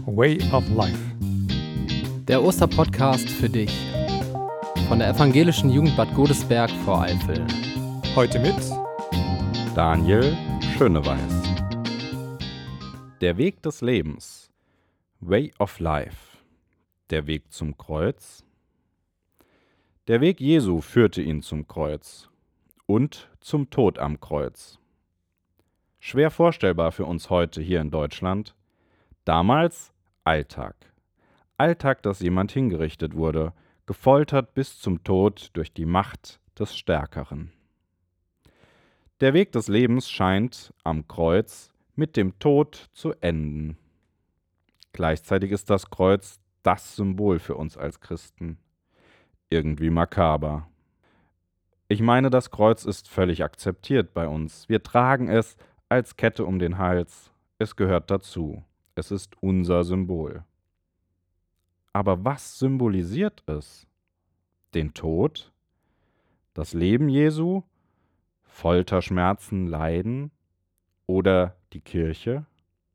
Way of Life. Der Osterpodcast für dich von der Evangelischen Jugend Bad Godesberg Voreifel. Heute mit Daniel Schöneweiß. Der Weg des Lebens. Way of Life. Der Weg zum Kreuz. Der Weg Jesu führte ihn zum Kreuz und zum Tod am Kreuz. Schwer vorstellbar für uns heute hier in Deutschland. Damals Alltag. Alltag, dass jemand hingerichtet wurde, gefoltert bis zum Tod durch die Macht des Stärkeren. Der Weg des Lebens scheint am Kreuz mit dem Tod zu enden. Gleichzeitig ist das Kreuz das Symbol für uns als Christen. Irgendwie makaber. Ich meine, das Kreuz ist völlig akzeptiert bei uns. Wir tragen es als Kette um den Hals. Es gehört dazu. Es ist unser Symbol. Aber was symbolisiert es? Den Tod? Das Leben Jesu? Folter, Schmerzen, Leiden? Oder die Kirche?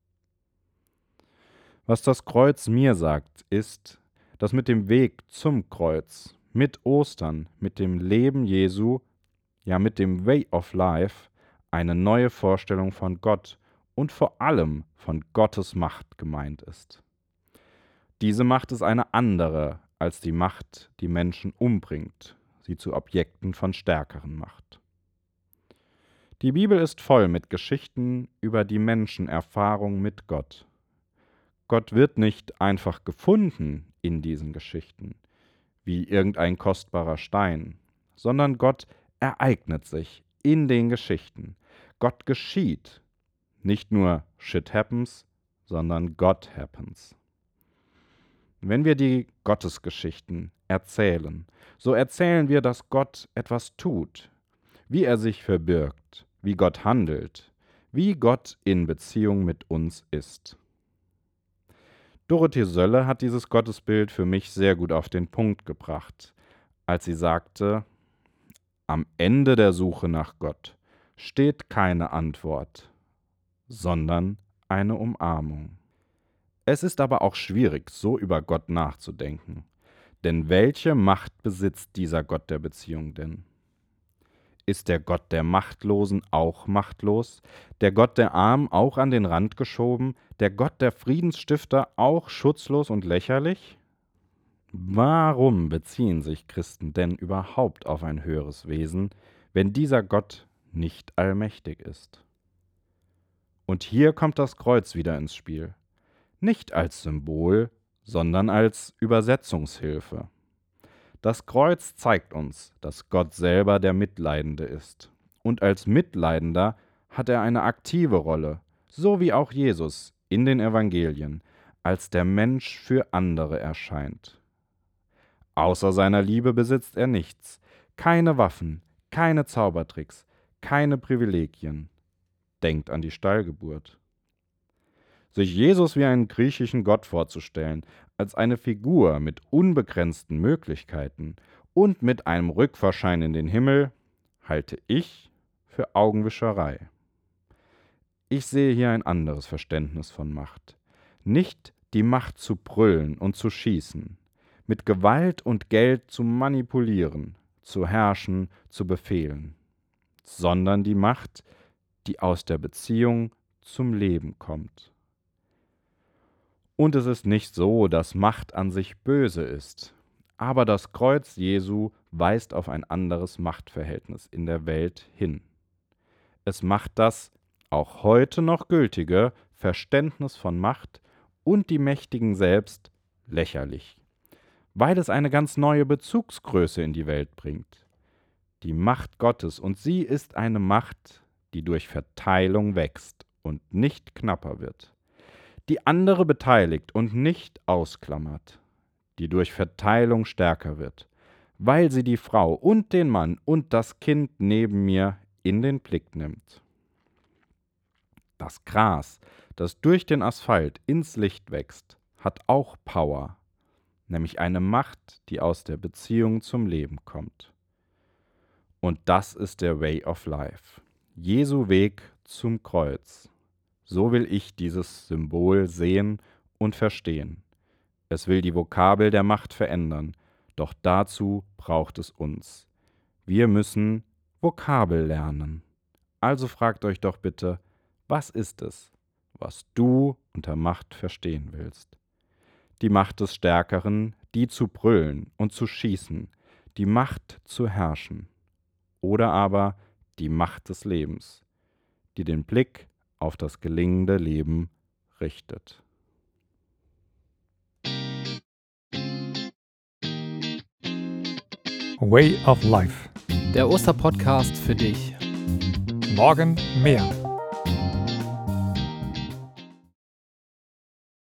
Was das Kreuz mir sagt, ist, dass mit dem Weg zum Kreuz, mit Ostern, mit dem Leben Jesu, ja mit dem Way of Life, eine neue Vorstellung von Gott und vor allem von Gottes Macht gemeint ist. Diese Macht ist eine andere als die Macht, die Menschen umbringt, sie zu Objekten von Stärkeren macht. Die Bibel ist voll mit Geschichten über die Menschenerfahrung mit Gott. Gott wird nicht einfach gefunden in diesen Geschichten, wie irgendein kostbarer Stein, sondern Gott ereignet sich in den Geschichten. Gott geschieht. Nicht nur Shit happens, sondern God happens. Wenn wir die Gottesgeschichten erzählen, so erzählen wir, dass Gott etwas tut, wie er sich verbirgt, wie Gott handelt, wie Gott in Beziehung mit uns ist. Dorothee Sölle hat dieses Gottesbild für mich sehr gut auf den Punkt gebracht, als sie sagte, am Ende der Suche nach Gott steht keine Antwort, sondern eine Umarmung. Es ist aber auch schwierig, so über Gott nachzudenken. Denn welche Macht besitzt dieser Gott der Beziehung denn? Ist der Gott der Machtlosen auch machtlos? Der Gott der Armen auch an den Rand geschoben? Der Gott der Friedensstifter auch schutzlos und lächerlich? Warum beziehen sich Christen denn überhaupt auf ein höheres Wesen, wenn dieser Gott nicht allmächtig ist? Und hier kommt das Kreuz wieder ins Spiel. Nicht als Symbol, sondern als Übersetzungshilfe. Das Kreuz zeigt uns, dass Gott selber der Mitleidende ist. Und als Mitleidender hat er eine aktive Rolle, so wie auch Jesus in den Evangelien, als der Mensch für andere erscheint. Außer seiner Liebe besitzt er nichts, keine Waffen, keine Zaubertricks, keine Privilegien. Denkt an die Stallgeburt. Sich Jesus wie einen griechischen Gott vorzustellen, als eine Figur mit unbegrenzten Möglichkeiten und mit einem Rückfahrschein in den Himmel, halte ich für Augenwischerei. Ich sehe hier ein anderes Verständnis von Macht. Nicht die Macht zu brüllen und zu schießen, mit Gewalt und Geld zu manipulieren, zu herrschen, zu befehlen, sondern die Macht, die aus der Beziehung zum Leben kommt. Und es ist nicht so, dass Macht an sich böse ist, aber das Kreuz Jesu weist auf ein anderes Machtverhältnis in der Welt hin. Es macht das auch heute noch gültige Verständnis von Macht und die Mächtigen selbst lächerlich, weil es eine ganz neue Bezugsgröße in die Welt bringt. Die Macht Gottes, und sie ist eine Macht, die durch Verteilung wächst und nicht knapper wird, die andere beteiligt und nicht ausklammert, die durch Verteilung stärker wird, weil sie die Frau und den Mann und das Kind neben mir in den Blick nimmt. Das Gras, das durch den Asphalt ins Licht wächst, hat auch Power, nämlich eine Macht, die aus der Beziehung zum Leben kommt. Und das ist der Way of Life. Jesu Weg zum Kreuz. So will ich dieses Symbol sehen und verstehen. Es will die Vokabel der Macht verändern, doch dazu braucht es uns. Wir müssen Vokabel lernen. Also fragt euch doch bitte, was ist es, was du unter Macht verstehen willst? Die Macht des Stärkeren, die zu brüllen und zu schießen, die Macht zu herrschen. Oder aber die Macht des Lebens, die den Blick auf das gelingende Leben richtet. Way of Life. Der Osterpodcast für dich. Morgen mehr.